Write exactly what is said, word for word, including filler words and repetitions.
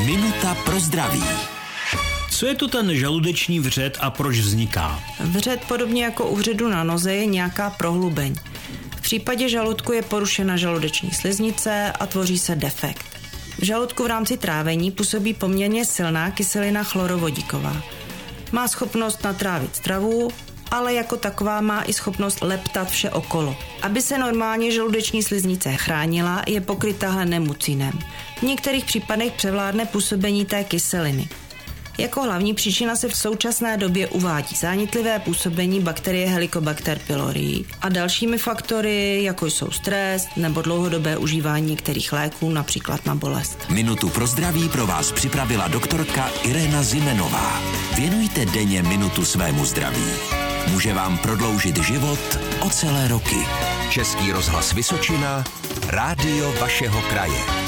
Minuta pro zdraví. Co je to ten žaludeční vřed a proč vzniká? Vřed, podobně jako u vředu na noze, je nějaká prohlubeň. V případě žaludku je porušena žaludeční sliznice a tvoří se defekt. V žaludku v rámci trávení působí poměrně silná kyselina chlorovodíková. Má schopnost natrávit stravu, ale jako taková má i schopnost leptat vše okolo. Aby se normálně žaludeční sliznice chránila, je pokryta hlenem mucinem. V některých případech převládne působení té kyseliny. Jako hlavní příčina se v současné době uvádí zánětlivé působení bakterie Helicobacter pylori a dalšími faktory, jako jsou stres nebo dlouhodobé užívání některých léků, například na bolest. Minutu pro zdraví pro vás připravila doktorka Irena Zimenová. Věnujte denně minutu svému zdraví. Může vám prodloužit život o celé roky. Český rozhlas Vysočina, rádio vašeho kraje.